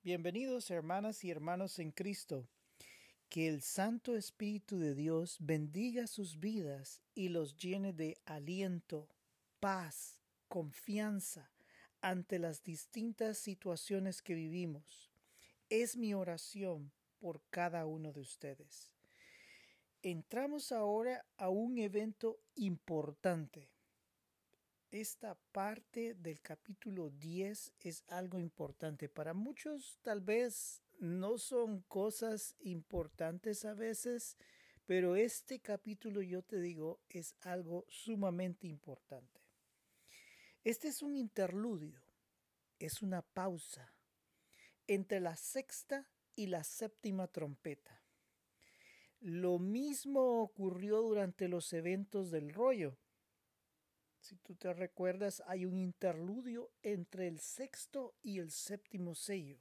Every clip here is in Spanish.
Bienvenidos hermanas y hermanos en Cristo. Que el Santo Espíritu de Dios bendiga sus vidas y los llene de aliento, paz, confianza ante las distintas situaciones que vivimos. Es mi oración por cada uno de ustedes. Entramos ahora a un evento importante. Esta parte del capítulo 10 es algo importante. Para muchos tal vez no son cosas importantes a veces, pero este capítulo, yo te digo, es algo sumamente importante. Este es un interludio, es una pausa entre la sexta y la séptima trompeta. Lo mismo ocurrió durante los eventos del rollo. Si tú te recuerdas, hay un interludio entre el sexto y el séptimo sello.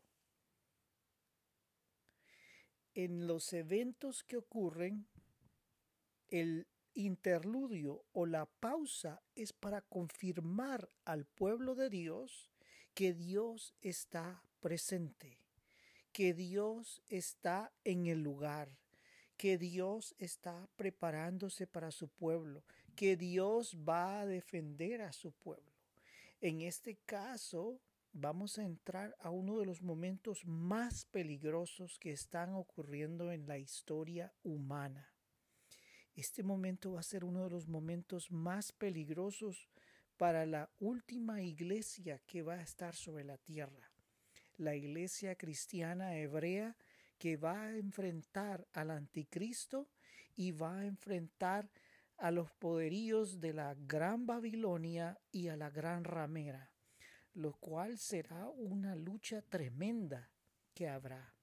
En los eventos que ocurren, el interludio o la pausa es para confirmar al pueblo de Dios que Dios está presente, que Dios está en el lugar, que Dios está preparándose para su pueblo, que Dios va a defender a su pueblo. En este caso, vamos a entrar a uno de los momentos más peligrosos que están ocurriendo en la historia humana. Este momento va a ser uno de los momentos más peligrosos para la última iglesia que va a estar sobre la tierra. La iglesia cristiana hebrea que va a enfrentar al anticristo y va a enfrentar a los poderíos de la gran Babilonia y a la gran ramera, lo cual será una lucha tremenda que habrá.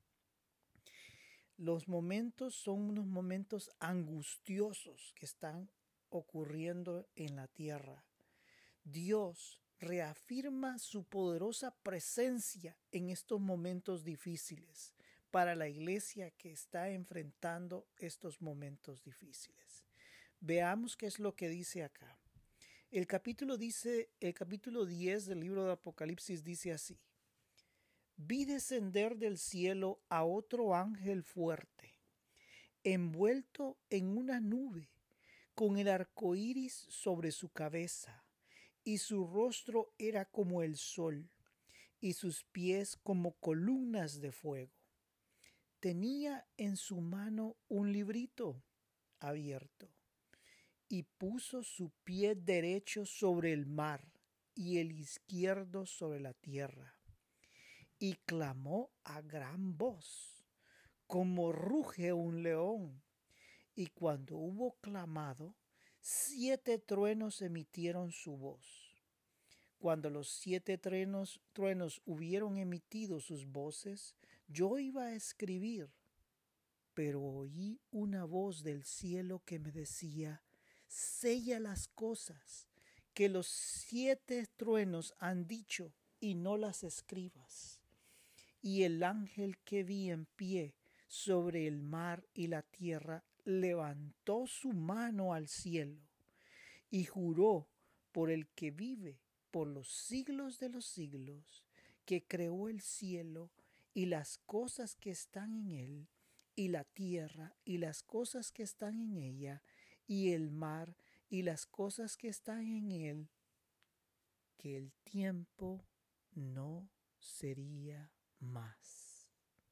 Los momentos son unos momentos angustiosos que están ocurriendo en la tierra. Dios reafirma su poderosa presencia en estos momentos difíciles para la iglesia que está enfrentando estos momentos difíciles. Veamos qué es lo que dice acá. El capítulo 10 del libro de Apocalipsis dice así: Vi descender del cielo a otro ángel fuerte, envuelto en una nube, con el arco iris sobre su cabeza, y su rostro era como el sol, y sus pies como columnas de fuego. Tenía en su mano un librito abierto, y puso su pie derecho sobre el mar, y el izquierdo sobre la tierra. Y clamó a gran voz, como ruge un león. Y cuando hubo clamado, 7 truenos emitieron su voz. Cuando los 7 truenos hubieron emitido sus voces, yo iba a escribir, pero oí una voz del cielo que me decía: sella las cosas que los 7 truenos han dicho y no las escribas. Y el ángel que vi en pie sobre el mar y la tierra levantó su mano al cielo y juró por el que vive por los siglos de los siglos, que creó el cielo y las cosas que están en él, y la tierra y las cosas que están en ella, y el mar y las cosas que están en él, que el tiempo no sería más,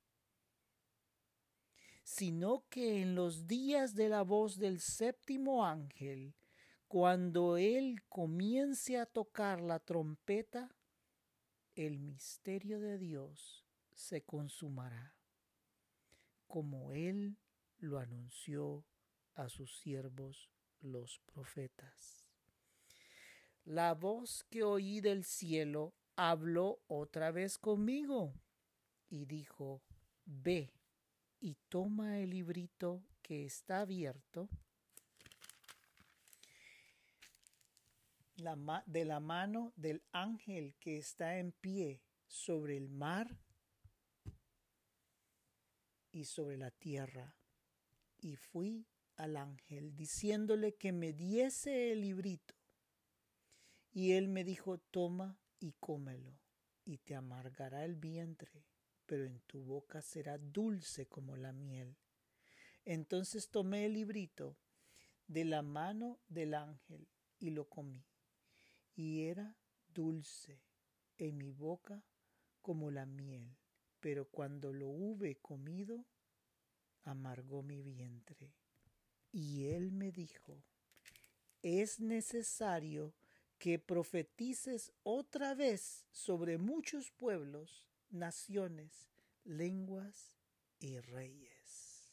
sino que en los días de la voz del séptimo ángel, cuando él comience a tocar la trompeta, el misterio de Dios se consumará, como él lo anunció a sus siervos los profetas. La voz que oí del cielo habló otra vez conmigo y dijo: ve y toma el librito que está abierto de la mano del ángel que está en pie sobre el mar y sobre la tierra. Y fui al ángel diciéndole que me diese el librito. Y él me dijo: toma y cómelo, y te amargará el vientre, pero en tu boca será dulce como la miel. Entonces tomé el librito de la mano del ángel y lo comí, y era dulce en mi boca como la miel, pero cuando lo hube comido, amargó mi vientre. Y él me dijo: es necesario que profetices otra vez sobre muchos pueblos, naciones, lenguas y reyes.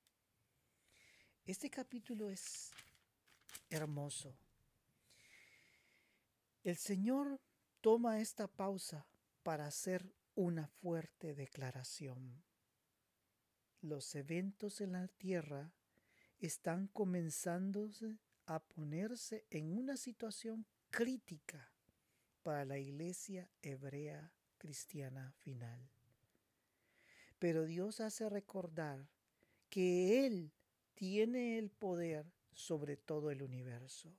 Este capítulo es hermoso. El Señor toma esta pausa para hacer una fuerte declaración. Los eventos en la tierra están comenzándose a ponerse en una situación crítica para la iglesia hebrea cristiana final. Pero Dios hace recordar que Él tiene el poder sobre todo el universo.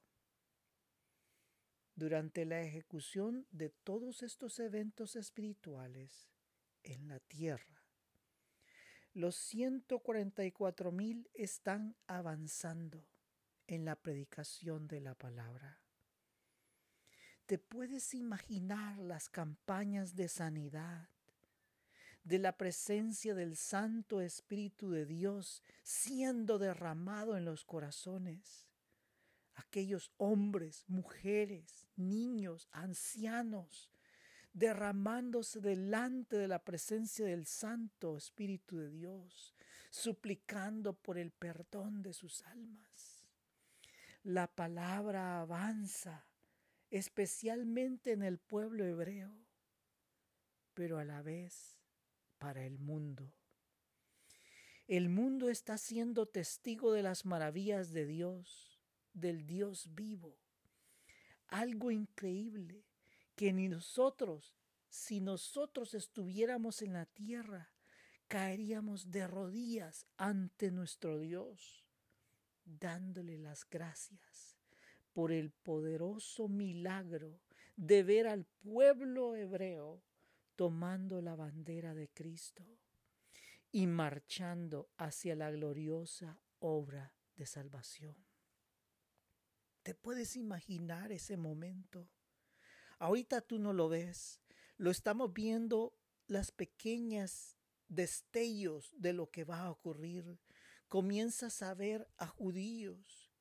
Durante la ejecución de todos estos eventos espirituales en la tierra, los 144,000 están avanzando en la predicación de la palabra. ¿Te puedes imaginar las campañas de sanidad, de la presencia del Santo Espíritu de Dios siendo derramado en los corazones? Aquellos hombres, mujeres, niños, ancianos, derramándose delante de la presencia del Santo Espíritu de Dios, suplicando por el perdón de sus almas. La palabra avanza, especialmente en el pueblo hebreo, pero a la vez para el mundo. El mundo está siendo testigo de las maravillas de Dios, del Dios vivo. Algo increíble que ni nosotros, si nosotros estuviéramos en la tierra, caeríamos de rodillas ante nuestro Dios, dándole las gracias por el poderoso milagro de ver al pueblo hebreo tomando la bandera de Cristo y marchando hacia la gloriosa obra de salvación. ¿Te puedes imaginar ese momento? Ahorita tú no lo ves, lo estamos viendo las pequeñas destellos de lo que va a ocurrir. Comienzas a ver a judíos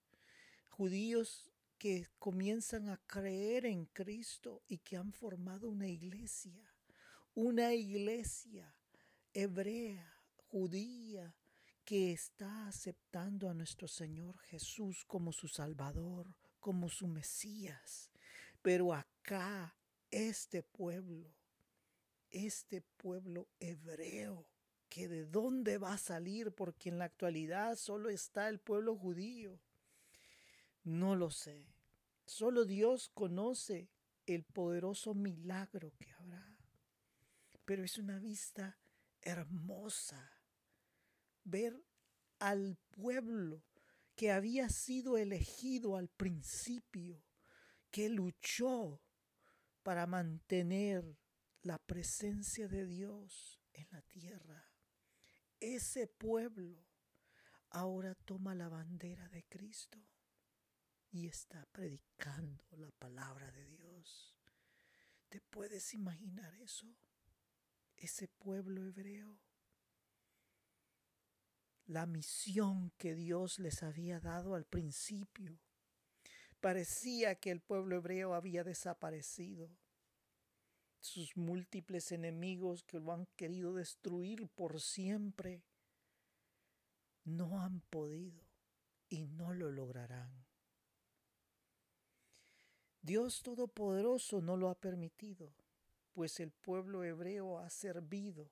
que comienzan a creer en Cristo y que han formado una iglesia hebrea, judía, que está aceptando a nuestro Señor Jesús como su Salvador, como su Mesías. Pero acá este pueblo hebreo, que de dónde va a salir, porque en la actualidad solo está el pueblo judío. No lo sé. Solo Dios conoce el poderoso milagro que habrá. Pero es una vista hermosa ver al pueblo que había sido elegido al principio, que luchó para mantener la presencia de Dios en la tierra. Ese pueblo ahora toma la bandera de Cristo y está predicando la palabra de Dios. ¿Te puedes imaginar eso? Ese pueblo hebreo. La misión que Dios les había dado al principio. Parecía que el pueblo hebreo había desaparecido. Sus múltiples enemigos que lo han querido destruir por siempre no han podido y no lo lograrán. Dios Todopoderoso no lo ha permitido, pues el pueblo hebreo ha servido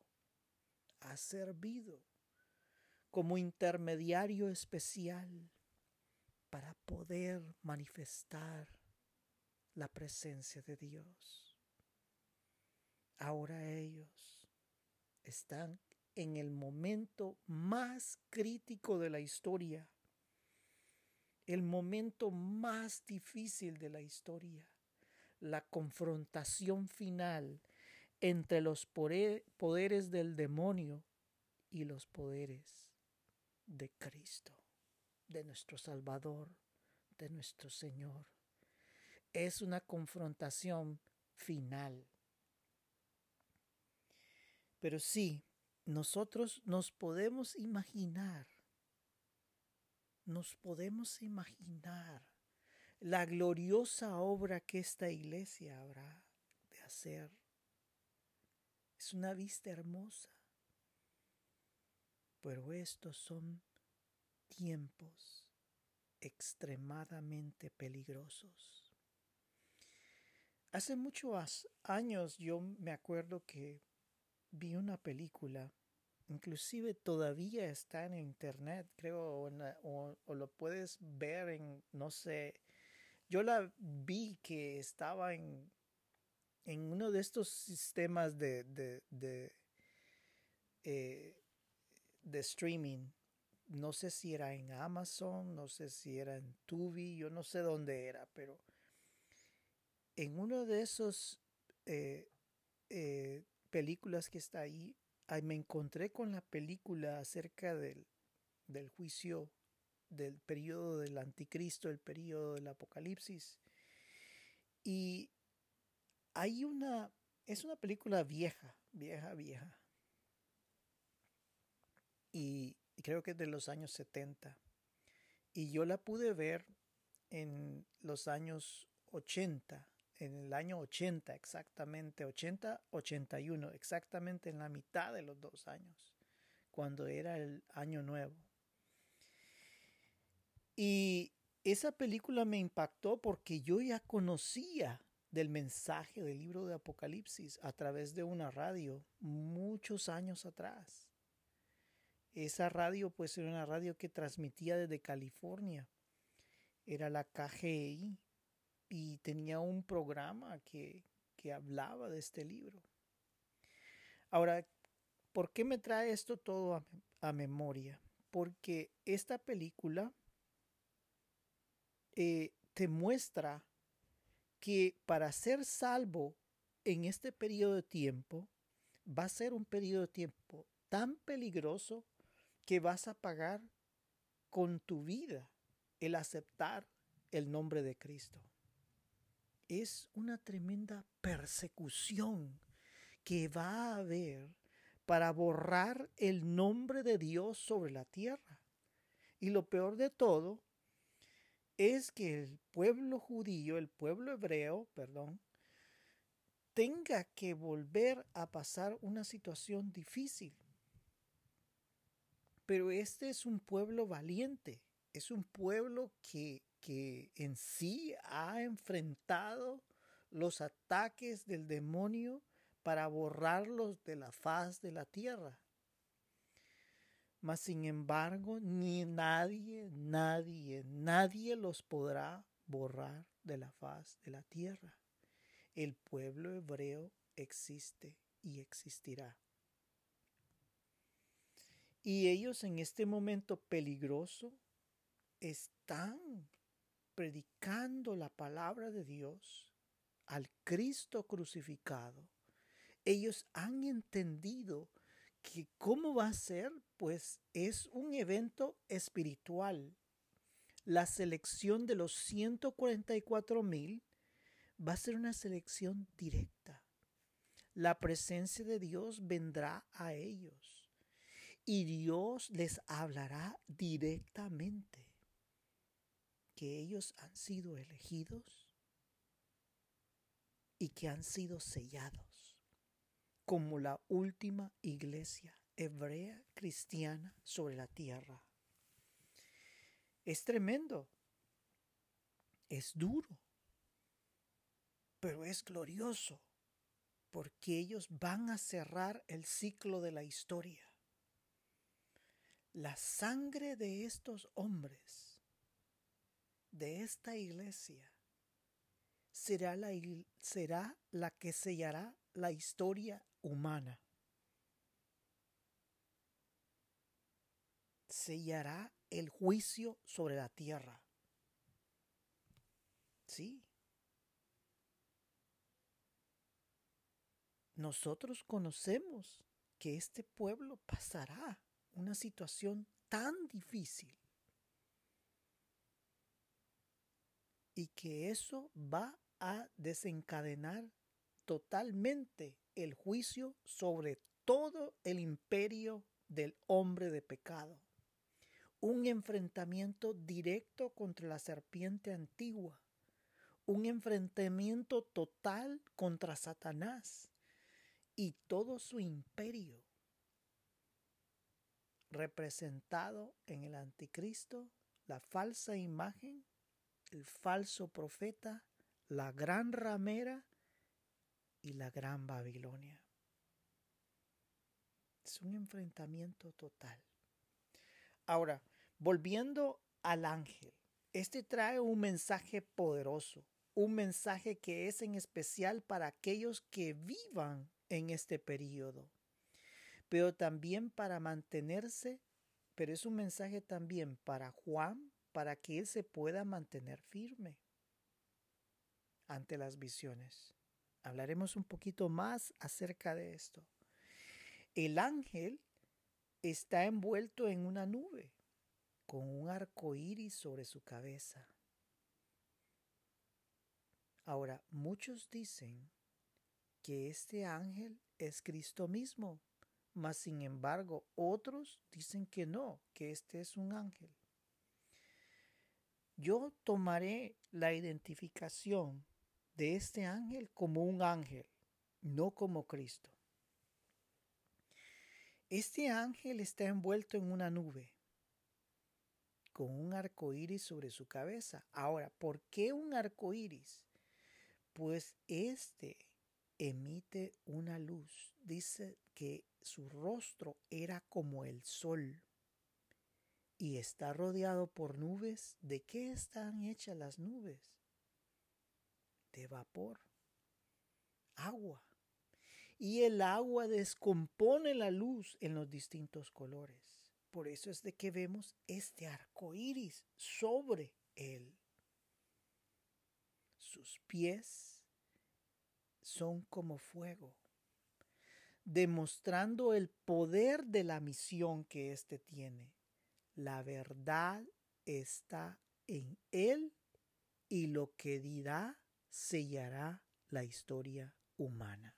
como intermediario especial para poder manifestar la presencia de Dios. Ahora ellos están en el momento más crítico de la historia, el momento más difícil de la historia, la confrontación final entre los poderes del demonio y los poderes de Cristo, de nuestro Salvador, de nuestro Señor. Es una confrontación final. Pero sí, nosotros nos podemos imaginar la gloriosa obra que esta iglesia habrá de hacer. Es una vista hermosa, pero estos son tiempos extremadamente peligrosos. Hace muchos años yo me acuerdo que vi una película, inclusive todavía está en internet, creo, o lo puedes ver en, no sé, yo la vi que estaba en uno de estos sistemas de streaming. No sé si era en Amazon, no sé si era en Tubi, yo no sé dónde era, pero en uno de esos películas que está ahí me encontré con la película acerca del juicio, del periodo del anticristo, el periodo del apocalipsis. Y es una película vieja. Y creo que es de los años 70. Y yo la pude ver en los años 80, en el año 80 exactamente, 80-81, exactamente en la mitad de los 2 años, cuando era el año nuevo. Y esa película me impactó porque yo ya conocía del mensaje del libro de Apocalipsis a través de una radio muchos años atrás. Esa radio pues era una radio que transmitía desde California. Era la KGI y tenía un programa que hablaba de este libro. Ahora, ¿por qué me trae esto todo a memoria? Porque esta película te muestra que para ser salvo en este periodo de tiempo, va a ser un periodo de tiempo tan peligroso que vas a pagar con tu vida el aceptar el nombre de Cristo. Es una tremenda persecución que va a haber para borrar el nombre de Dios sobre la tierra. Y lo peor de todo es que el pueblo judío, el pueblo hebreo, tenga que volver a pasar una situación difícil. Pero este es un pueblo valiente, es un pueblo que en sí ha enfrentado los ataques del demonio para borrarlos de la faz de la tierra. Mas sin embargo, ni nadie los podrá borrar de la faz de la tierra. El pueblo hebreo existe y existirá. Y ellos en este momento peligroso están predicando la palabra de Dios al Cristo crucificado. Ellos han entendido que cómo va a ser, pues es un evento espiritual. La selección de los 144,000 va a ser una selección directa. La presencia de Dios vendrá a ellos y Dios les hablará directamente que ellos han sido elegidos y que han sido sellados como la última iglesia hebrea cristiana sobre la tierra. Es tremendo, es duro, pero es glorioso porque ellos van a cerrar el ciclo de la historia. La sangre de estos hombres, de esta iglesia, será la que sellará la historia humana. Sellará el juicio sobre la tierra. Sí. nosotros conocemos que este pueblo pasará una situación tan difícil y que eso va a desencadenar totalmente el juicio sobre todo el imperio del hombre de pecado. Un enfrentamiento directo contra la serpiente antigua, un enfrentamiento total contra Satanás y todo su imperio, representado en el anticristo, la falsa imagen, el falso profeta, la gran ramera y la gran Babilonia. Es un enfrentamiento total. Ahora, volviendo al ángel, este trae un mensaje poderoso, un mensaje que es en especial para aquellos que vivan en este período, pero también para mantenerse, pero es un mensaje también para Juan, para que él se pueda mantener firme ante las visiones. Hablaremos un poquito más acerca de esto. El ángel está envuelto en una nube con un arco iris sobre su cabeza. Ahora, muchos dicen que este ángel es Cristo mismo, mas sin embargo, otros dicen que no, que este es un ángel. Yo tomaré la identificación de este ángel como un ángel, no como Cristo. Este ángel está envuelto en una nube con un arco iris sobre su cabeza. Ahora, ¿por qué un arco iris? Pues este emite una luz. Dice que su rostro era como el sol y está rodeado por nubes. ¿De qué están hechas las nubes? De vapor, agua. Y el agua descompone la luz en los distintos colores. Por eso es de que vemos este arco iris sobre él. Sus pies son como fuego, demostrando el poder de la misión que éste tiene. La verdad está en él y lo que dirá sellará la historia humana.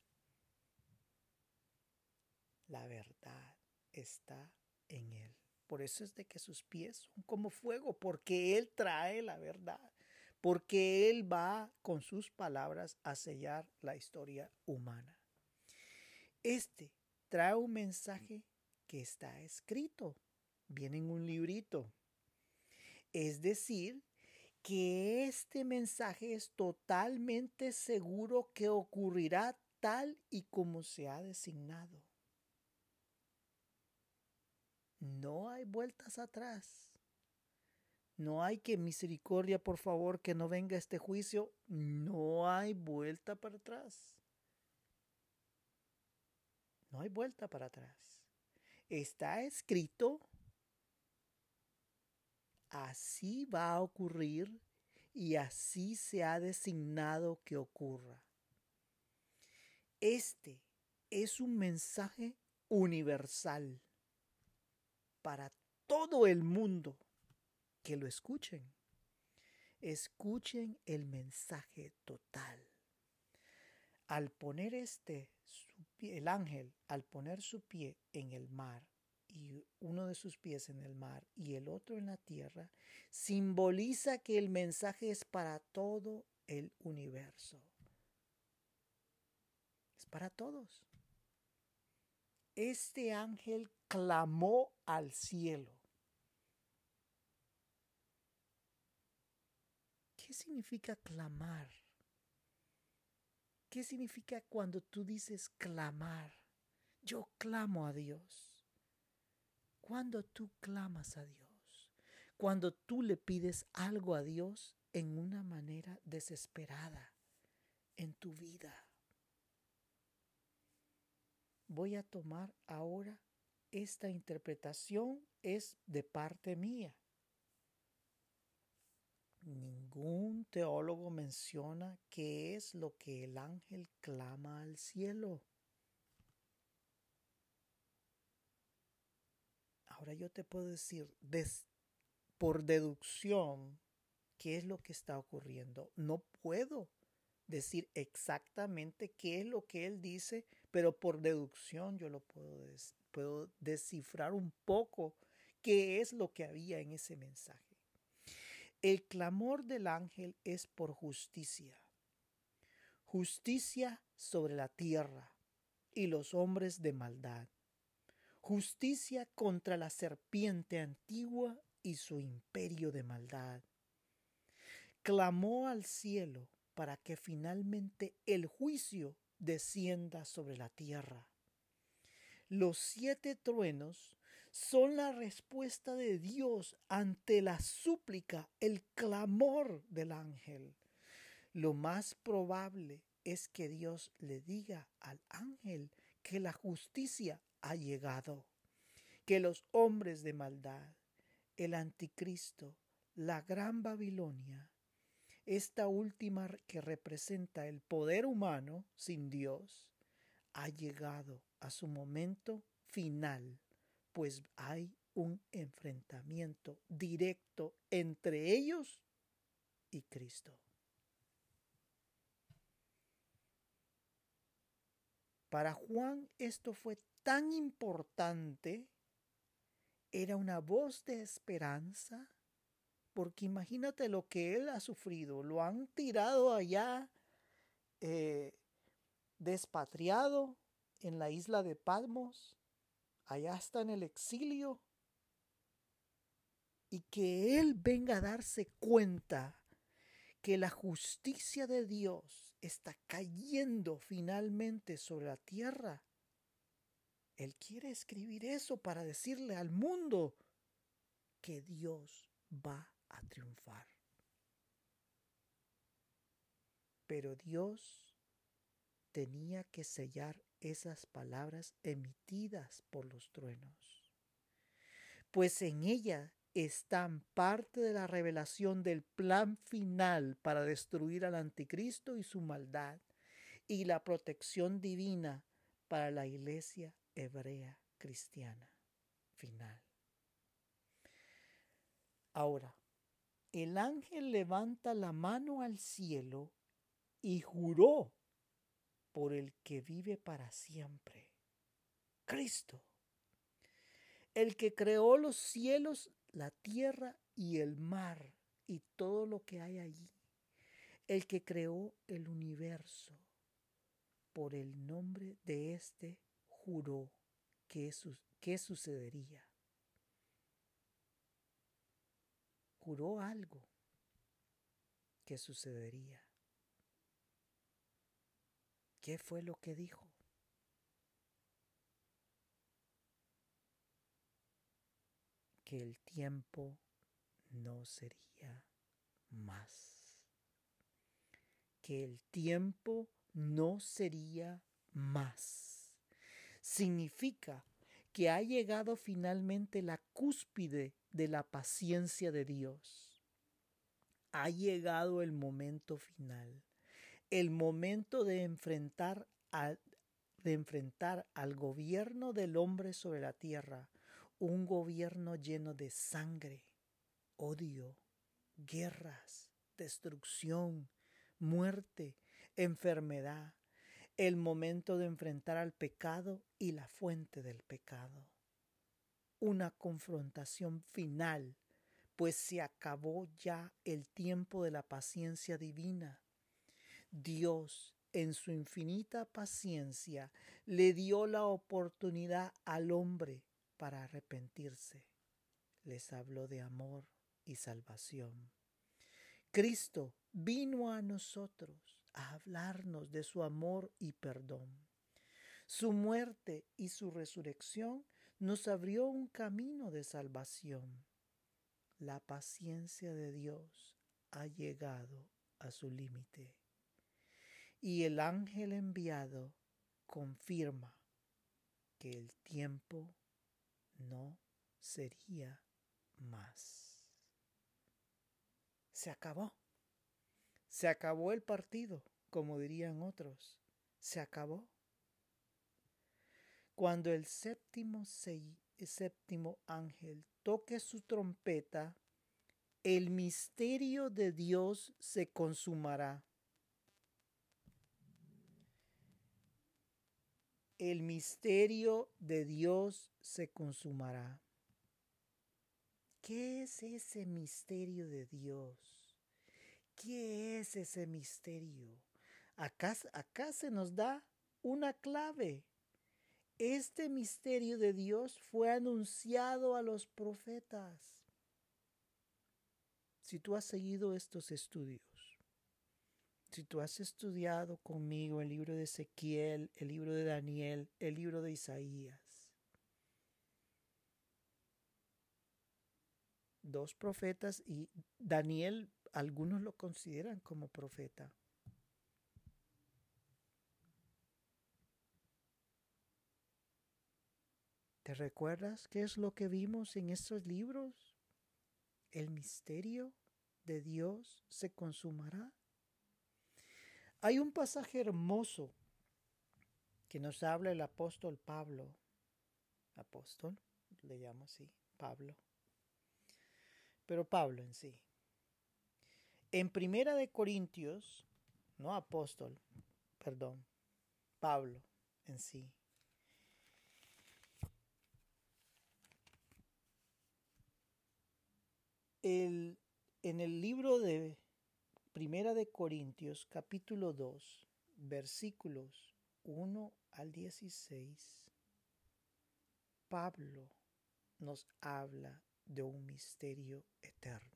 La verdad está en él. Por eso es de que sus pies son como fuego, porque él trae la verdad, porque él va con sus palabras a sellar la historia humana. Este trae un mensaje que está escrito, viene en un librito. Es decir, que este mensaje es totalmente seguro que ocurrirá tal y como se ha designado. No hay vueltas atrás. No hay que misericordia, por favor, que no venga este juicio. No hay vuelta para atrás. No hay vuelta para atrás. Está escrito, así va a ocurrir y así se ha designado que ocurra. Este es un mensaje universal para todo el mundo que lo escuchen. Escuchen el mensaje total. Al poner el ángel, al poner su pie en el mar y uno de sus pies en el mar y el otro en la tierra, simboliza que el mensaje es para todo el universo. Es para todos. Este ángel clamó al cielo. ¿Qué significa clamar? ¿Qué significa cuando tú dices clamar? Yo clamo a Dios. Cuando tú clamas a Dios, cuando tú le pides algo a Dios en una manera desesperada en tu vida. Voy a tomar ahora esta interpretación, es de parte mía. Ningún teólogo menciona qué es lo que el ángel clama al cielo. Ahora yo te puedo decir por deducción qué es lo que está ocurriendo. No puedo decir exactamente qué es lo que él dice, pero por deducción yo lo puedo descifrar un poco qué es lo que había en ese mensaje. El clamor del ángel es por justicia. Justicia sobre la tierra y los hombres de maldad. Justicia contra la serpiente antigua y su imperio de maldad. Clamó al cielo para que finalmente el juicio descienda sobre la tierra. Los 7 truenos son la respuesta de Dios ante la súplica, el clamor del ángel. Lo más probable es que Dios le diga al ángel que la justicia ha llegado, que los hombres de maldad, el anticristo, la gran Babilonia, esta última que representa el poder humano sin Dios, ha llegado a su momento final, pues hay un enfrentamiento directo entre ellos y Cristo. Para Juan esto fue tan importante, era una voz de esperanza, porque imagínate lo que él ha sufrido, lo han tirado allá, despatriado en la isla de Patmos, allá está en el exilio, y que él venga a darse cuenta que la justicia de Dios está cayendo finalmente sobre la tierra. Él quiere escribir eso para decirle al mundo que Dios va a triunfar. Pero Dios tenía que sellar esas palabras emitidas por los truenos, pues en ella están parte de la revelación del plan final para destruir al anticristo y su maldad, y la protección divina para la iglesia hebrea cristiana final. Ahora, el ángel levanta la mano al cielo y juró por el que vive para siempre, Cristo, el que creó los cielos, la tierra y el mar y todo lo que hay allí, el que creó el universo. Por el nombre de este juró que sucedería. Juró algo que sucedería. ¿Qué fue lo que dijo? Que el tiempo no sería más. Que el tiempo no sería más. Significa que ha llegado finalmente la cúspide de la paciencia de Dios. Ha llegado el momento final, el momento de enfrentar al gobierno del hombre sobre la tierra, un gobierno lleno de sangre, odio, guerras, destrucción, muerte, enfermedad, el momento de enfrentar al pecado y la fuente del pecado. Una confrontación final, pues se acabó ya el tiempo de la paciencia divina. Dios, en su infinita paciencia, le dio la oportunidad al hombre para arrepentirse. Les habló de amor y salvación. Cristo vino a nosotros a hablarnos de su amor y perdón. Su muerte y su resurrección nos abrió un camino de salvación. La paciencia de Dios ha llegado a su límite. Y el ángel enviado confirma que el tiempo no sería más. Se acabó. Se acabó el partido, como dirían otros. Se acabó. Cuando el séptimo séptimo ángel toque su trompeta, el misterio de Dios se consumará. El misterio de Dios se consumará. ¿Qué es ese misterio de Dios? ¿Qué es ese misterio? Acá se nos da una clave. Este misterio de Dios fue anunciado a los profetas. Si tú has seguido estos estudios, si tú has estudiado conmigo el libro de Ezequiel, el libro de Daniel, el libro de Isaías, dos profetas, y Daniel, algunos lo consideran como profeta. ¿Te recuerdas qué es lo que vimos en estos libros? El misterio de Dios se consumará. Hay un pasaje hermoso que nos habla el apóstol Pablo. Apóstol, le llamo así, Pablo. Pero Pablo en sí. En Primera de Corintios, no apóstol, perdón, Pablo en sí. En el libro de Primera de Corintios, capítulo 2, versículos 1 al 16, Pablo nos habla de un misterio eterno.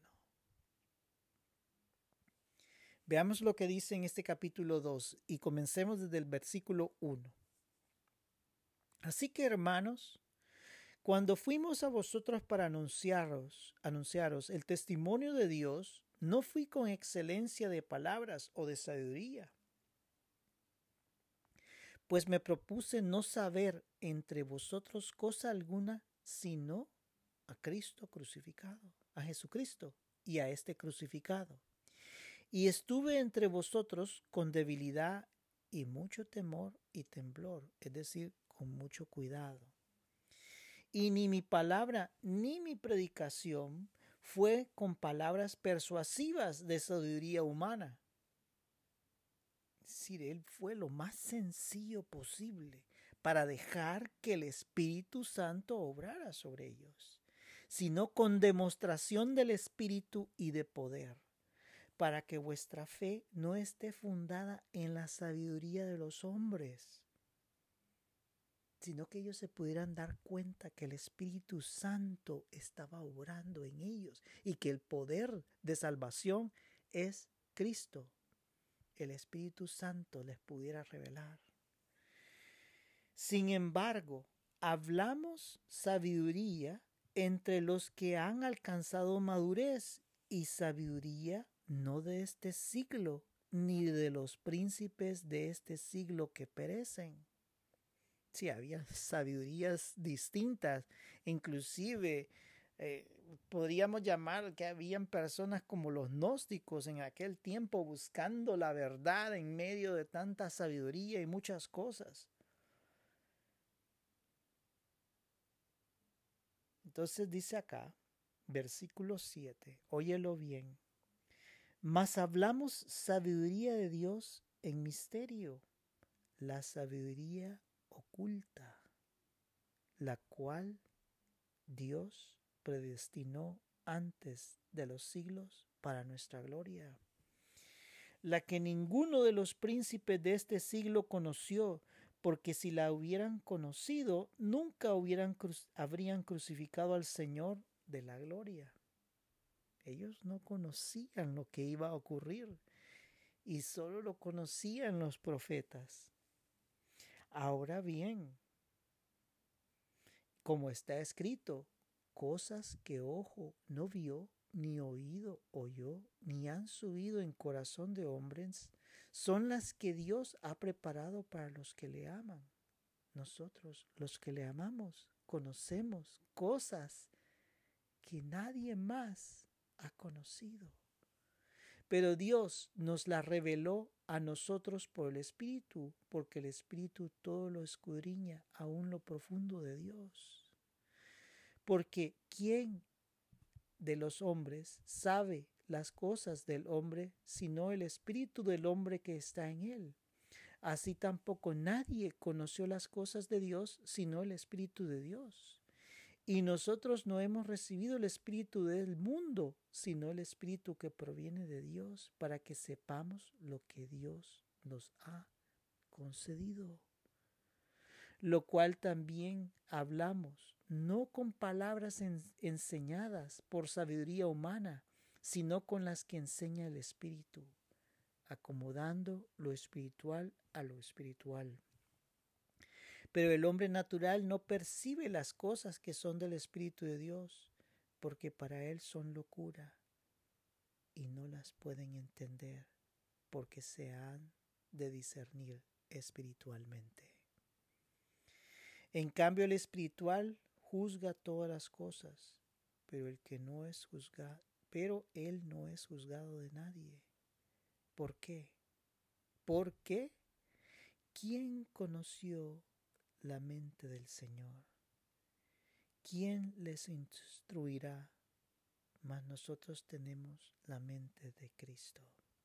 Veamos lo que dice en este capítulo 2 y comencemos desde el versículo 1. Así que, hermanos, cuando fuimos a vosotros para anunciaros el testimonio de Dios, no fui con excelencia de palabras o de sabiduría, pues me propuse no saber entre vosotros cosa alguna, sino a Cristo crucificado, a Jesucristo y a este crucificado. Y estuve entre vosotros con debilidad y mucho temor y temblor, es decir, con mucho cuidado. Y ni mi palabra ni mi predicación fue con palabras persuasivas de sabiduría humana. Es decir, él fue lo más sencillo posible para dejar que el Espíritu Santo obrara sobre ellos, sino con demostración del Espíritu y de poder, para que vuestra fe no esté fundada en la sabiduría de los hombres, sino que ellos se pudieran dar cuenta que el Espíritu Santo estaba obrando en ellos y que el poder de salvación es Cristo. El Espíritu Santo les pudiera revelar. Sin embargo, hablamos sabiduría entre los que han alcanzado madurez, y sabiduría no de este siglo, ni de los príncipes de este siglo que perecen. Sí, había sabidurías distintas, inclusive podríamos llamar que habían personas como los gnósticos en aquel tiempo buscando la verdad en medio de tanta sabiduría y muchas cosas. Entonces dice acá, versículo 7, óyelo bien. Mas hablamos sabiduría de Dios en misterio, la sabiduría oculta, la cual Dios predestinó antes de los siglos para nuestra gloria, la que ninguno de los príncipes de este siglo conoció, porque si la hubieran conocido, nunca habrían crucificado al Señor de la gloria. Ellos no conocían lo que iba a ocurrir y solo lo conocían los profetas. Ahora bien, como está escrito, cosas que ojo no vio, ni oído oyó, ni han subido en corazón de hombres, son las que Dios ha preparado para los que le aman. Nosotros, los que le amamos, conocemos cosas que nadie más ha conocido. Pero Dios nos la reveló a nosotros por el Espíritu, porque el Espíritu todo lo escudriña, aún lo profundo de Dios. Porque ¿quién de los hombres sabe las cosas del hombre sino el espíritu del hombre que está en él? Así tampoco nadie conoció las cosas de Dios sino el espíritu de Dios. Y nosotros no hemos recibido el espíritu del mundo, sino el espíritu que proviene de Dios, para que sepamos lo que Dios nos ha concedido. Lo cual también hablamos, no con palabras enseñadas por sabiduría humana, sino con las que enseña el Espíritu, acomodando lo espiritual a lo espiritual. Pero el hombre natural no percibe las cosas que son del Espíritu de Dios, porque para él son locura y no las pueden entender, porque se han de discernir espiritualmente. En cambio, el espiritual juzga todas las cosas, pero él no es juzgado de nadie. ¿Por qué? Porque ¿quién conoció la mente del Señor? ¿Quién les instruirá? Mas nosotros tenemos la mente de Cristo.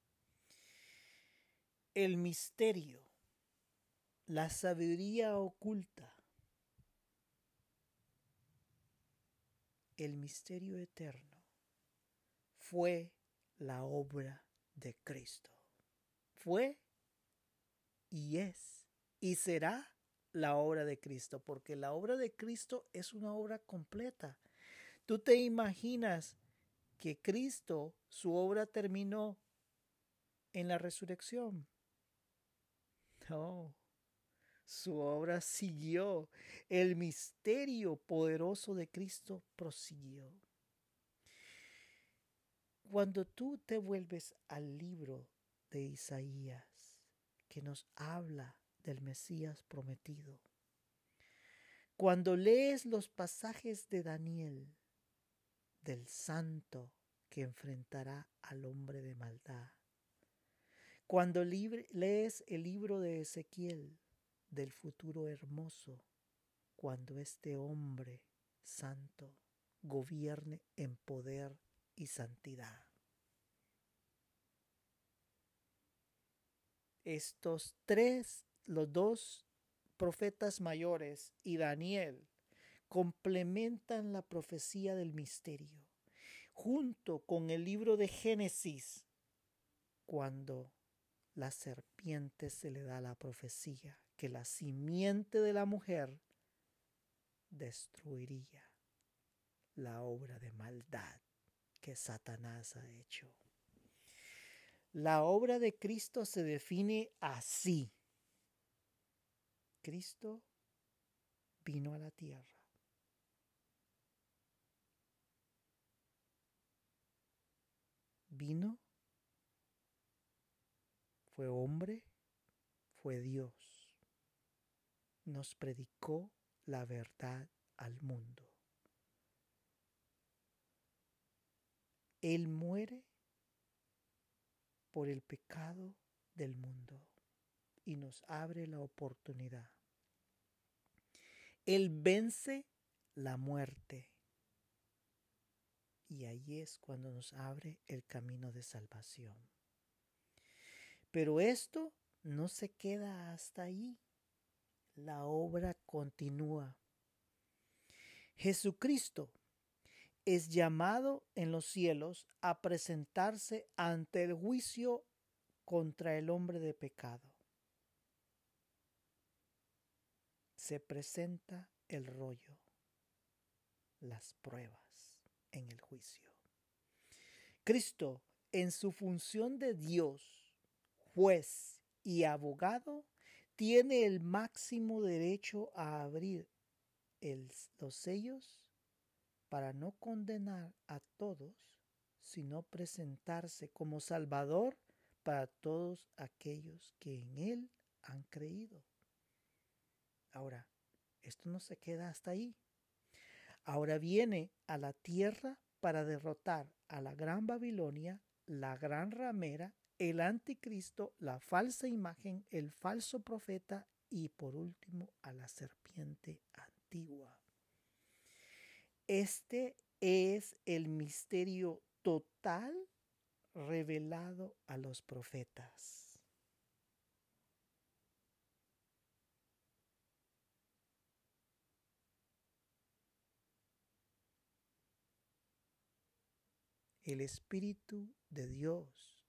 El misterio, la sabiduría oculta, el misterio eterno fue la obra de Cristo. Fue y es y será la obra de Cristo, porque la obra de Cristo es una obra completa. ¿Tú te imaginas que Cristo, su obra terminó en la resurrección? No, su obra siguió. El misterio poderoso de Cristo prosiguió. Cuando tú te vuelves al libro de Isaías, que nos habla del Mesías prometido, cuando lees los pasajes de Daniel, del santo que enfrentará al hombre de maldad, cuando lees el libro de Ezequiel, del futuro hermoso, cuando este hombre santo gobierne en poder y santidad. Estos tres, los dos profetas mayores y Daniel, complementan la profecía del misterio, junto con el libro de Génesis, cuando la serpiente se le da la profecía que la simiente de la mujer destruiría la obra de maldad que Satanás ha hecho. La obra de Cristo se define así. Cristo vino a la tierra. Vino, fue hombre, fue Dios. Nos predicó la verdad al mundo. Él muere por el pecado del mundo y nos abre la oportunidad. Él vence la muerte y ahí es cuando nos abre el camino de salvación. Pero esto no se queda hasta ahí. La obra continúa. Jesucristo es llamado en los cielos a presentarse ante el juicio contra el hombre de pecado. Se presenta el rollo, las pruebas en el juicio. Cristo, en su función de Dios, juez y abogado, tiene el máximo derecho a abrir los sellos para no condenar a todos, sino presentarse como Salvador para todos aquellos que en Él han creído. Ahora, esto no se queda hasta ahí. Ahora viene a la tierra para derrotar a la gran Babilonia, la gran ramera, el anticristo, la falsa imagen, el falso profeta y por último a la serpiente antigua. Este es el misterio total revelado a los profetas. El Espíritu de Dios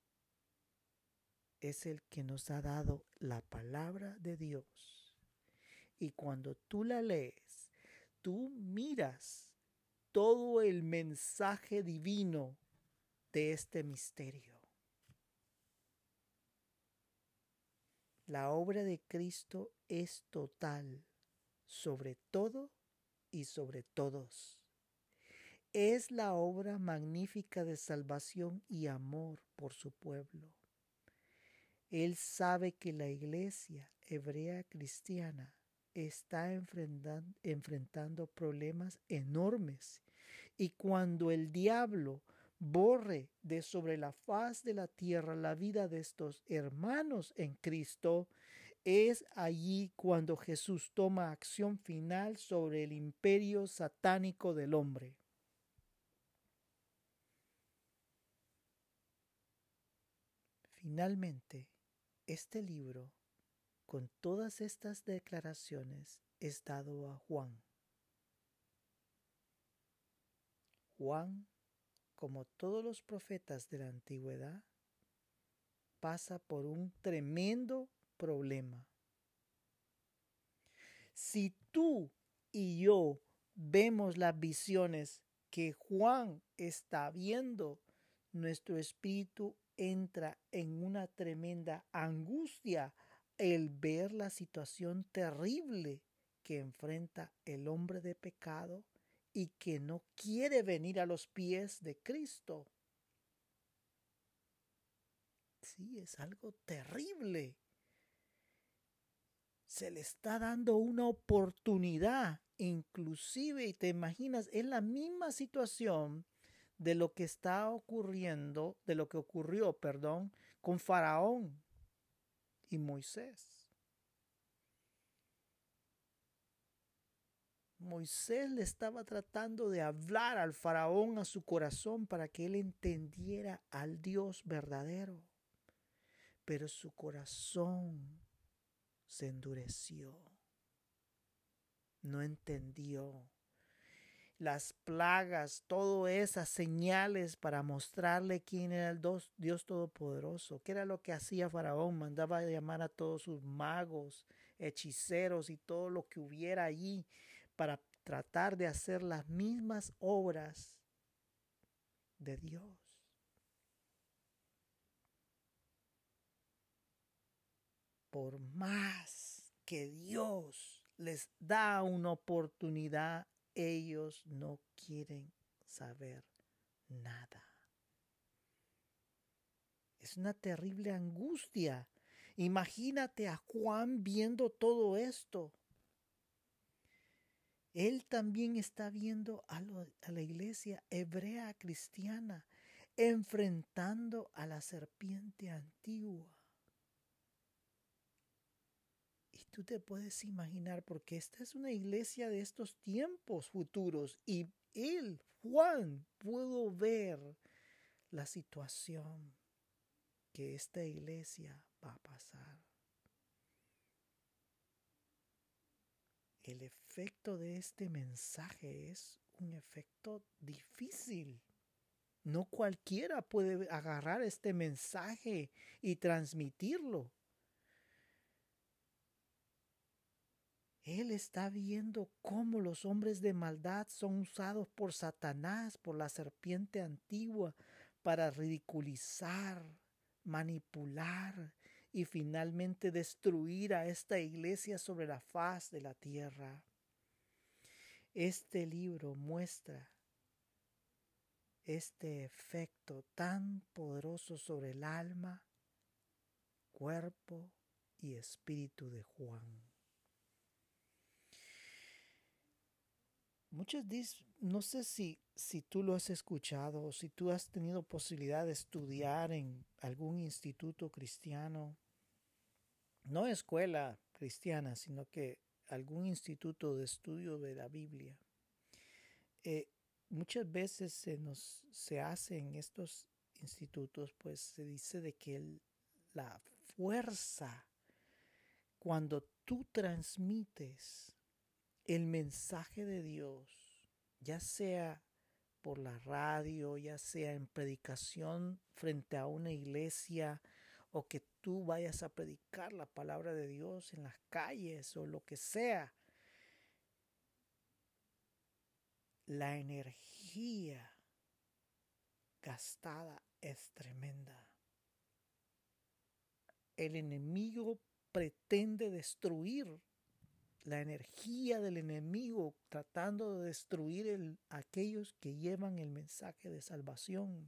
es el que nos ha dado la palabra de Dios. Y cuando tú la lees, tú miras todo el mensaje divino de este misterio. La obra de Cristo es total, sobre todo y sobre todos. Es la obra magnífica de salvación y amor por su pueblo. Él sabe que la iglesia hebrea cristiana está enfrentando problemas enormes, y cuando el diablo borre de sobre la faz de la tierra la vida de estos hermanos en Cristo, es allí cuando Jesús toma acción final sobre el imperio satánico del hombre. Finalmente, este libro, con todas estas declaraciones, es dado a Juan. Juan, como todos los profetas de la antigüedad, pasa por un tremendo problema. Si tú y yo vemos las visiones que Juan está viendo, nuestro espíritu entra en una tremenda angustia el ver la situación terrible que enfrenta el hombre de pecado y que no quiere venir a los pies de Cristo. Sí, es algo terrible. Se le está dando una oportunidad, inclusive, y te imaginas, es la misma situación de lo que está ocurriendo, de lo que ocurrió, con Faraón y Moisés. Moisés le estaba tratando de hablar al Faraón a su corazón para que él entendiera al Dios verdadero, pero su corazón se endureció, no entendió. Las plagas, todas esas señales para mostrarle quién era el Dios Todopoderoso. ¿Qué era lo que hacía Faraón? Mandaba a llamar a todos sus magos, hechiceros y todo lo que hubiera allí para tratar de hacer las mismas obras de Dios. Por más que Dios les da una oportunidad, ellos no quieren saber nada. Es una terrible angustia. Imagínate a Juan viendo todo esto. Él también está viendo a la iglesia hebrea cristiana enfrentando a la serpiente antigua. Y tú te puedes imaginar, porque esta es una iglesia de estos tiempos futuros, y él, Juan, pudo ver la situación que esta iglesia va a pasar. El efecto de este mensaje es un efecto difícil. No cualquiera puede agarrar este mensaje y transmitirlo. Él está viendo cómo los hombres de maldad son usados por Satanás, por la serpiente antigua, para ridiculizar, manipular y finalmente destruir a esta iglesia sobre la faz de la tierra. Este libro muestra este efecto tan poderoso sobre el alma, cuerpo y espíritu de Juan. Muchos dicen, no sé si tú lo has escuchado o si tú has tenido posibilidad de estudiar en algún instituto cristiano, no escuela cristiana, sino que algún instituto de estudio de la Biblia. eh, muchas veces se hace en estos institutos, pues se dice de que la fuerza cuando tú transmites el mensaje de Dios, ya sea por la radio, ya sea en predicación frente a una iglesia, o que tú vayas a predicar la palabra de Dios en las calles o lo que sea, la energía gastada es tremenda. El enemigo pretende destruir la energía del enemigo, tratando de destruir aquellos que llevan el mensaje de salvación.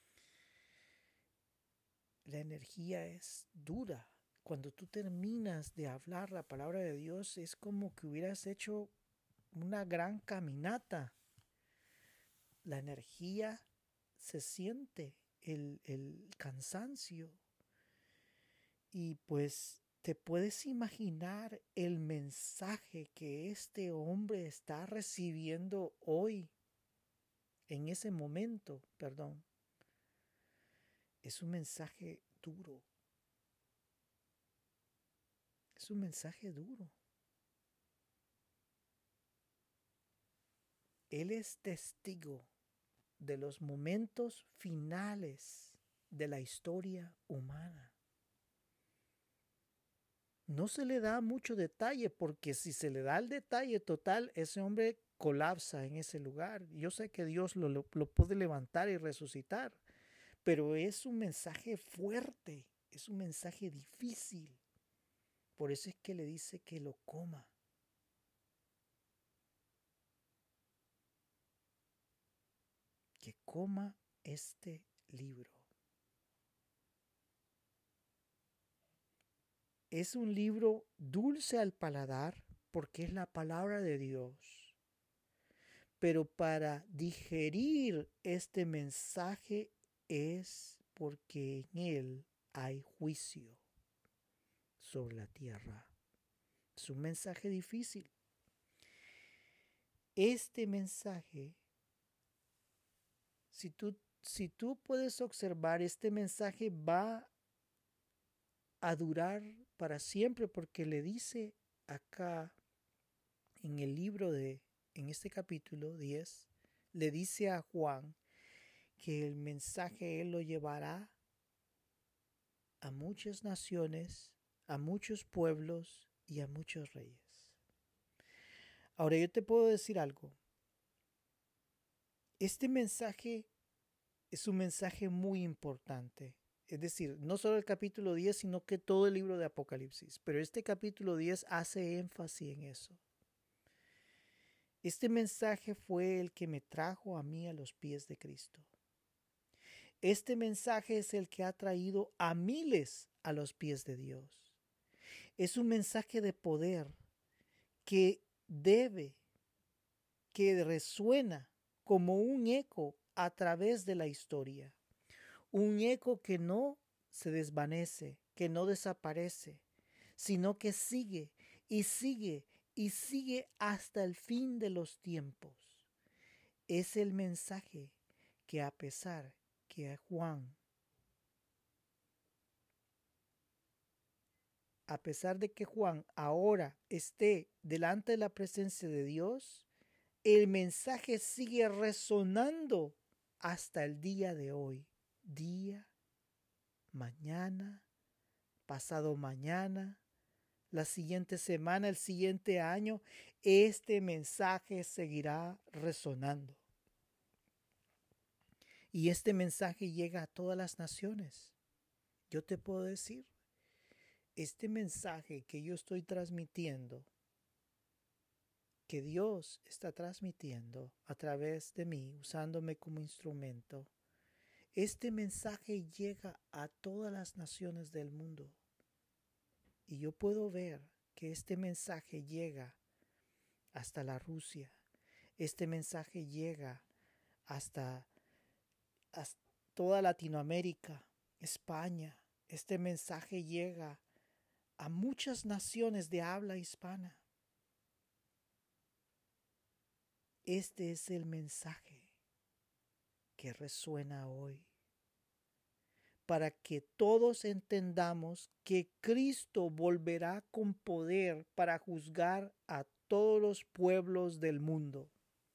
La energía es dura. Cuando tú terminas de hablar la palabra de Dios, es como que hubieras hecho una gran caminata. La energía se siente, el cansancio. Y pues te puedes imaginar el mensaje que este hombre está recibiendo hoy, en ese momento, perdón. Es un mensaje duro. Es un mensaje duro. Él es testigo de los momentos finales de la historia humana. No se le da mucho detalle, porque si se le da el detalle total, ese hombre colapsa en ese lugar. Yo sé que Dios lo puede levantar y resucitar, pero es un mensaje fuerte, es un mensaje difícil. Por eso es que le dice que lo coma. Que coma este libro. Es un libro dulce al paladar porque es la palabra de Dios. Pero para digerir este mensaje es porque en él hay juicio sobre la tierra. Es un mensaje difícil. Este mensaje, si tú puedes observar, este mensaje va a durar para siempre, porque le dice acá en el libro en este capítulo 10, le dice a Juan que el mensaje él lo llevará a muchas naciones, a muchos pueblos y a muchos reyes. Ahora yo te puedo decir algo. Este mensaje es un mensaje muy importante. Es decir, no solo el capítulo 10, sino que todo el libro de Apocalipsis. Pero este capítulo 10 hace énfasis en eso. Este mensaje fue el que me trajo a mí a los pies de Cristo. Este mensaje es el que ha traído a miles a los pies de Dios. Es un mensaje de poder que que resuena como un eco a través de la historia. Un eco que no se desvanece, que no desaparece, sino que sigue y sigue y sigue hasta el fin de los tiempos. Es el mensaje que a pesar que a Juan, a pesar de que Juan ahora esté delante de la presencia de Dios, el mensaje sigue resonando hasta el día de hoy. Día, mañana, pasado mañana, la siguiente semana, el siguiente año, este mensaje seguirá resonando. Y este mensaje llega a todas las naciones. Yo te puedo decir, este mensaje que yo estoy transmitiendo, que Dios está transmitiendo a través de mí, usándome como instrumento, este mensaje llega a todas las naciones del mundo. Y yo puedo ver que este mensaje llega hasta la Rusia. Este mensaje llega hasta toda Latinoamérica, España. Este mensaje llega a muchas naciones de habla hispana. Este es el mensaje que resuena hoy, para que todos entendamos que Cristo volverá con poder para juzgar a todos los pueblos del mundo.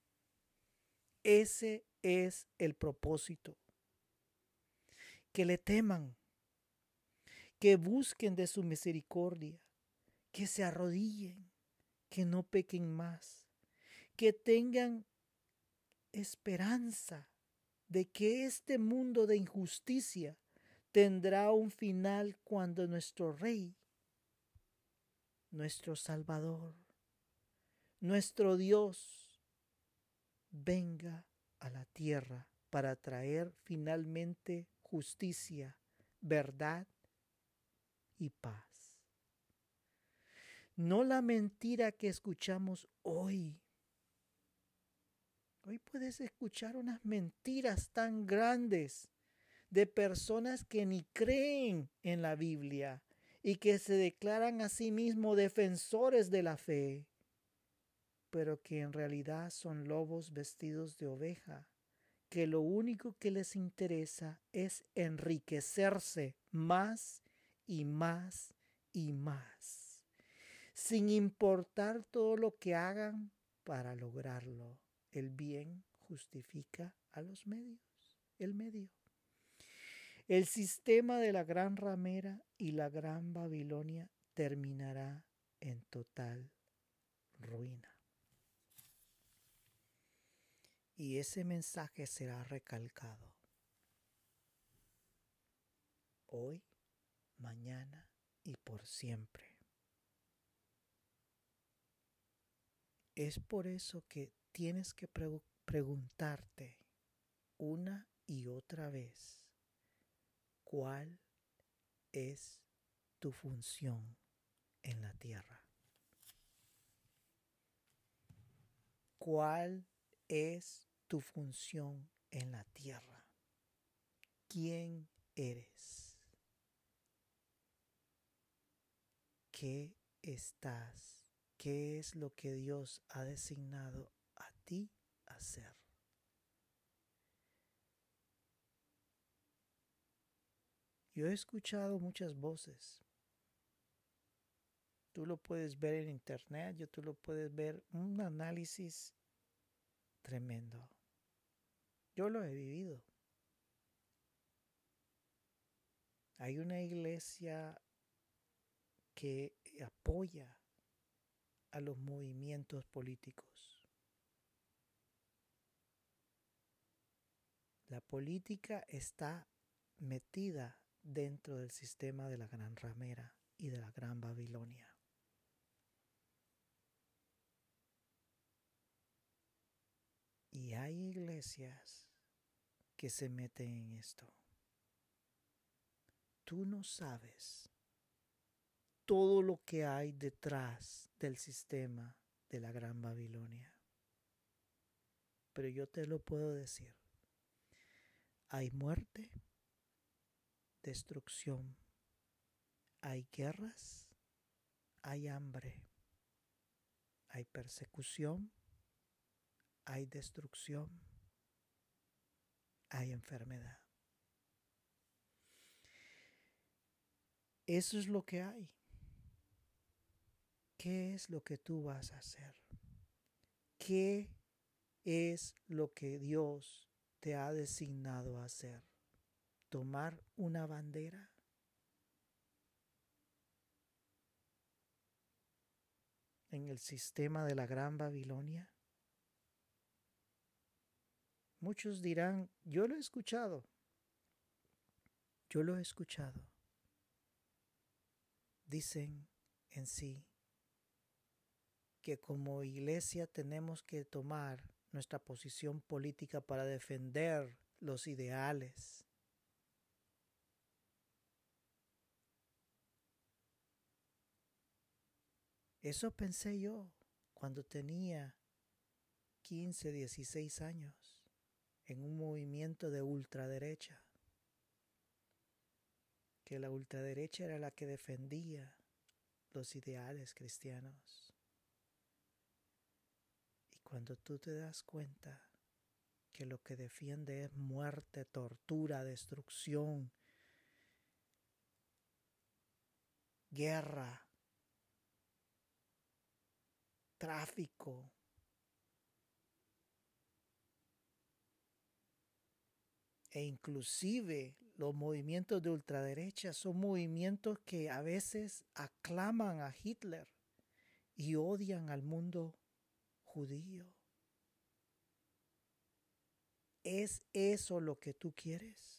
Ese es el propósito. Que le teman, que busquen de su misericordia, que se arrodillen, que no pequen más, que tengan esperanza de que este mundo de injusticia tendrá un final cuando nuestro Rey, nuestro Salvador, nuestro Dios venga a la tierra para traer finalmente justicia, verdad y paz. No la mentira que escuchamos hoy. Hoy puedes escuchar unas mentiras tan grandes de personas que ni creen en la Biblia y que se declaran a sí mismos defensores de la fe, pero que en realidad son lobos vestidos de oveja, que lo único que les interesa es enriquecerse más y más y más, sin importar todo lo que hagan para lograrlo. El bien justifica a los medios, el medio. El sistema de la gran ramera y la gran Babilonia terminará en total ruina. Y ese mensaje será recalcado hoy, mañana y por siempre. Es por eso que tienes que preguntarte una y otra vez, ¿cuál es tu función en la tierra? ¿Cuál es tu función en la tierra? ¿Quién eres? ¿Qué estás? ¿Qué es lo que Dios ha designado a ti hacer? Yo he escuchado muchas voces. Tú lo puedes ver en internet, tú lo puedes ver, un análisis tremendo. Yo lo he vivido. Hay una iglesia que apoya a los movimientos políticos. La política está metida dentro del sistema de la gran ramera y de la gran Babilonia. Y hay iglesias que se meten en esto. Tú no sabes todo lo que hay detrás del sistema de la gran Babilonia. Pero yo te lo puedo decir. Hay muerte, destrucción, hay guerras, hay hambre, hay persecución, hay destrucción, hay enfermedad. Eso es lo que hay. ¿Qué es lo que tú vas a hacer? ¿Qué es lo que Dios te ha designado a hacer? ¿Tomar una bandera? ¿En el sistema de la gran Babilonia? Muchos dirán, yo lo he escuchado. Yo lo he escuchado. Dicen en sí que como iglesia tenemos que tomar nuestra posición política para defender los ideales. Eso pensé yo cuando tenía 15, 16 años en un movimiento de ultraderecha. Que la ultraderecha era la que defendía los ideales cristianos. cuando tú te das cuenta que lo que defiende es muerte, tortura, destrucción, guerra, tráfico, e inclusive los movimientos de ultraderecha son movimientos que a veces aclaman a Hitler y odian al mundo judío. ¿Es eso lo que tú quieres?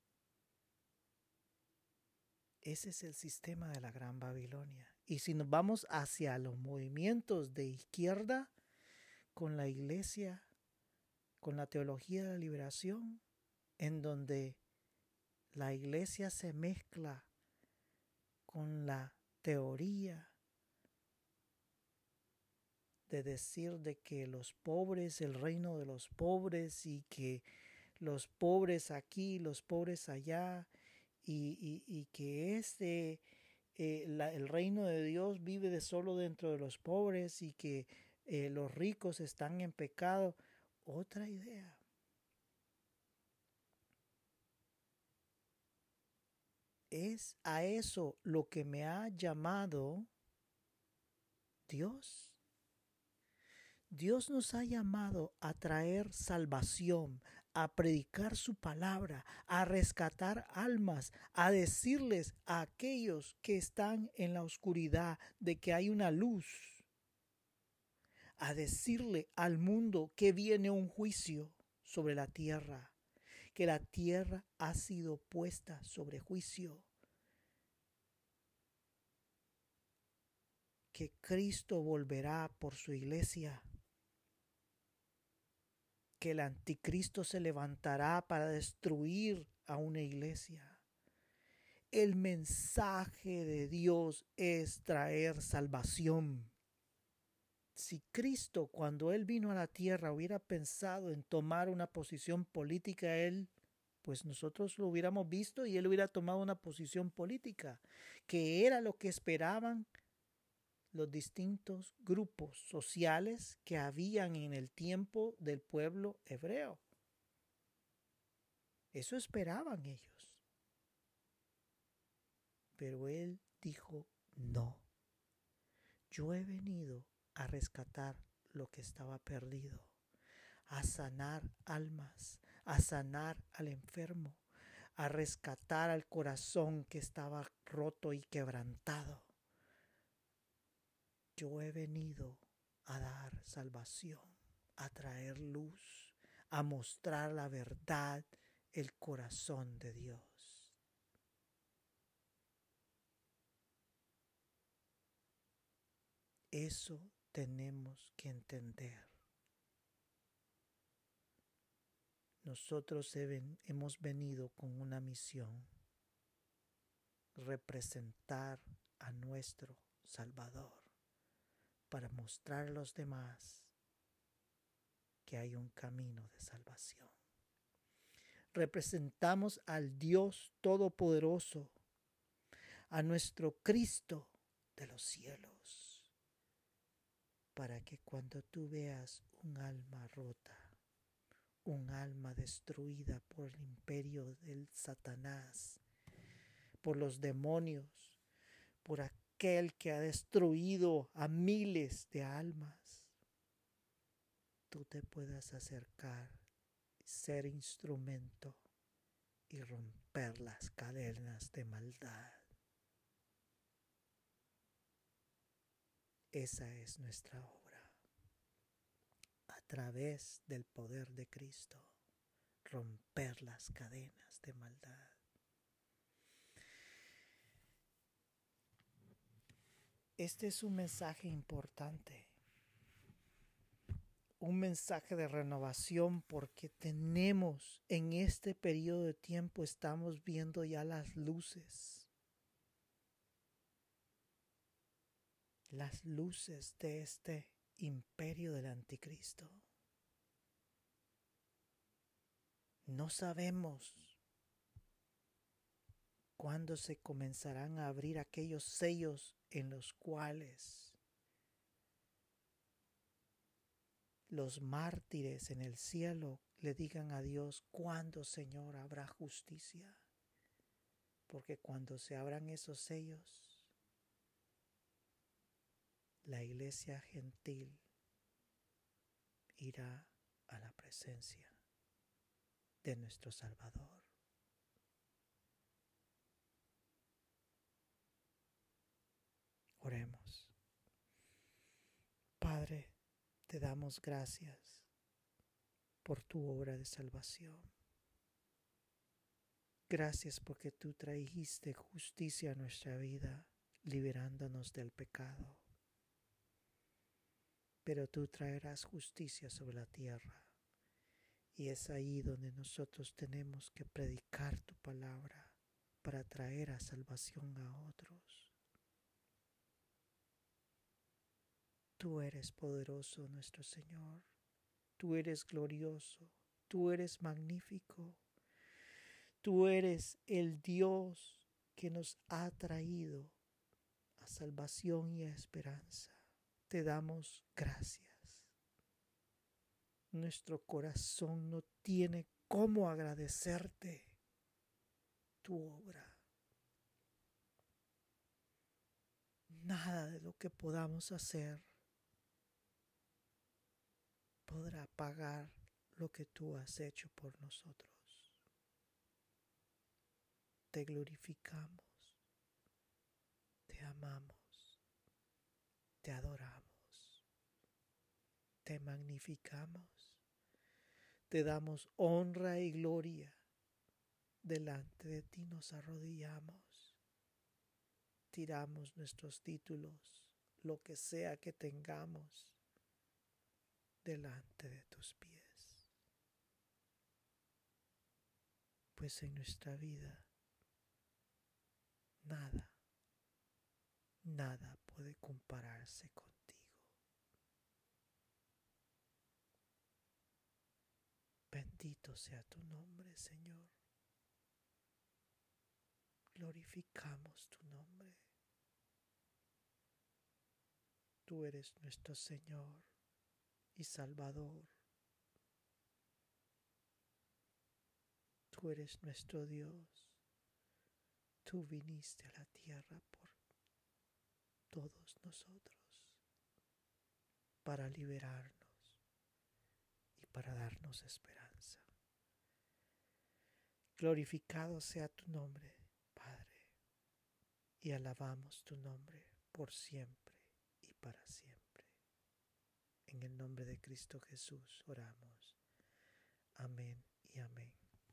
Ese es el sistema de la Gran Babilonia. Y si nos vamos hacia los movimientos de izquierda, con la iglesia, con la teología de la liberación, en donde la iglesia se mezcla con la teoría de decir de que los pobres, el reino de los pobres, y que los pobres aquí, los pobres allá, y que el reino de Dios vive de solo dentro de los pobres, y que los ricos están en pecado. Otra idea. Es a eso lo que me ha llamado Dios. Dios nos ha llamado a traer salvación, a predicar su palabra, a rescatar almas, a decirles a aquellos que están en la oscuridad de que hay una luz, a decirle al mundo que viene un juicio sobre la tierra, que la tierra ha sido puesta sobre juicio, que Cristo volverá por su iglesia, que el anticristo se levantará para destruir a una iglesia. El mensaje de Dios es traer salvación. Si Cristo, cuando Él vino a la tierra, hubiera pensado en tomar una posición política, pues nosotros lo hubiéramos visto y Él hubiera tomado una posición política, que era lo que esperaban los distintos grupos sociales que habían en el tiempo del pueblo hebreo. Eso esperaban ellos. Pero Él dijo, no, yo he venido a rescatar lo que estaba perdido, a sanar almas, a sanar al enfermo, a rescatar al corazón que estaba roto y quebrantado. Yo he venido a dar salvación, a traer luz, a mostrar la verdad, el corazón de Dios. Eso tenemos que entender. Nosotros hemos venido con una misión: representar a nuestro Salvador, para mostrar a los demás que hay un camino de salvación. Representamos al Dios Todopoderoso, a nuestro Cristo de los cielos, para que cuando tú veas un alma rota, un alma destruida por el imperio del Satanás, por los demonios, por aquel que ha destruido a miles de almas, tú te puedas acercar, ser instrumento y romper las cadenas de maldad. Esa es nuestra obra. A través del poder de Cristo, romper las cadenas de maldad. Este es un mensaje importante, un mensaje de renovación, porque tenemos en este periodo de tiempo, estamos viendo ya las luces de este imperio del anticristo. No sabemos cuándo se comenzarán a abrir aquellos sellos en los cuales los mártires en el cielo le digan a Dios: ¿cuándo, Señor, habrá justicia? Porque cuando se abran esos sellos, la iglesia gentil irá a la presencia de nuestro Salvador. Oremos. Padre, te damos gracias por tu obra de salvación. Gracias porque tú trajiste justicia a nuestra vida, liberándonos del pecado. Pero tú traerás justicia sobre la tierra. Y es ahí donde nosotros tenemos que predicar tu palabra para traer a salvación a otros. Tú eres poderoso, nuestro Señor. Tú eres glorioso. Tú eres magnífico. Tú eres el Dios que nos ha traído a salvación y a esperanza. Te damos gracias. Nuestro corazón no tiene cómo agradecerte tu obra. Nada de lo que podamos hacer podrá pagar lo que tú has hecho por nosotros. Te glorificamos, te amamos, te adoramos, te magnificamos, te damos honra y gloria. Delante de ti nos arrodillamos, tiramos nuestros títulos, lo que sea que tengamos, delante de tus pies. Pues en nuestra vida nada puede compararse contigo. Bendito sea tu nombre, Señor. Glorificamos tu nombre. Tú eres nuestro Señor y Salvador. Tú eres nuestro Dios. Tú viniste a la tierra por todos nosotros para liberarnos y para darnos esperanza. Glorificado sea tu nombre, Padre, y alabamos tu nombre por siempre y para siempre. En el nombre de Cristo Jesús oramos. Amén y amén.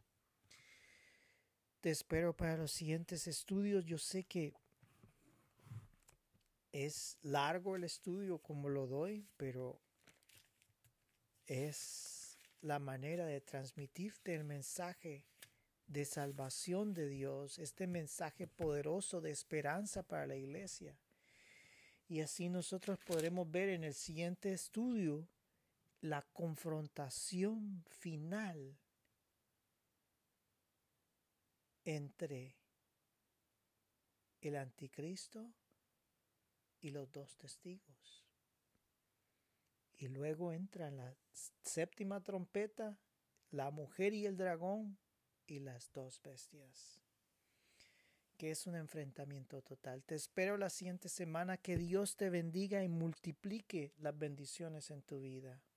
Te espero para los siguientes estudios. Yo sé que es largo el estudio como lo doy, pero es la manera de transmitirte el mensaje de salvación de Dios, este mensaje poderoso de esperanza para la iglesia. Y así nosotros podremos ver en el siguiente estudio la confrontación final entre el anticristo y los dos testigos. Y luego entra la séptima trompeta, la mujer y el dragón y las dos bestias, que es un enfrentamiento total. Te espero la siguiente semana. Que Dios te bendiga y multiplique las bendiciones en tu vida.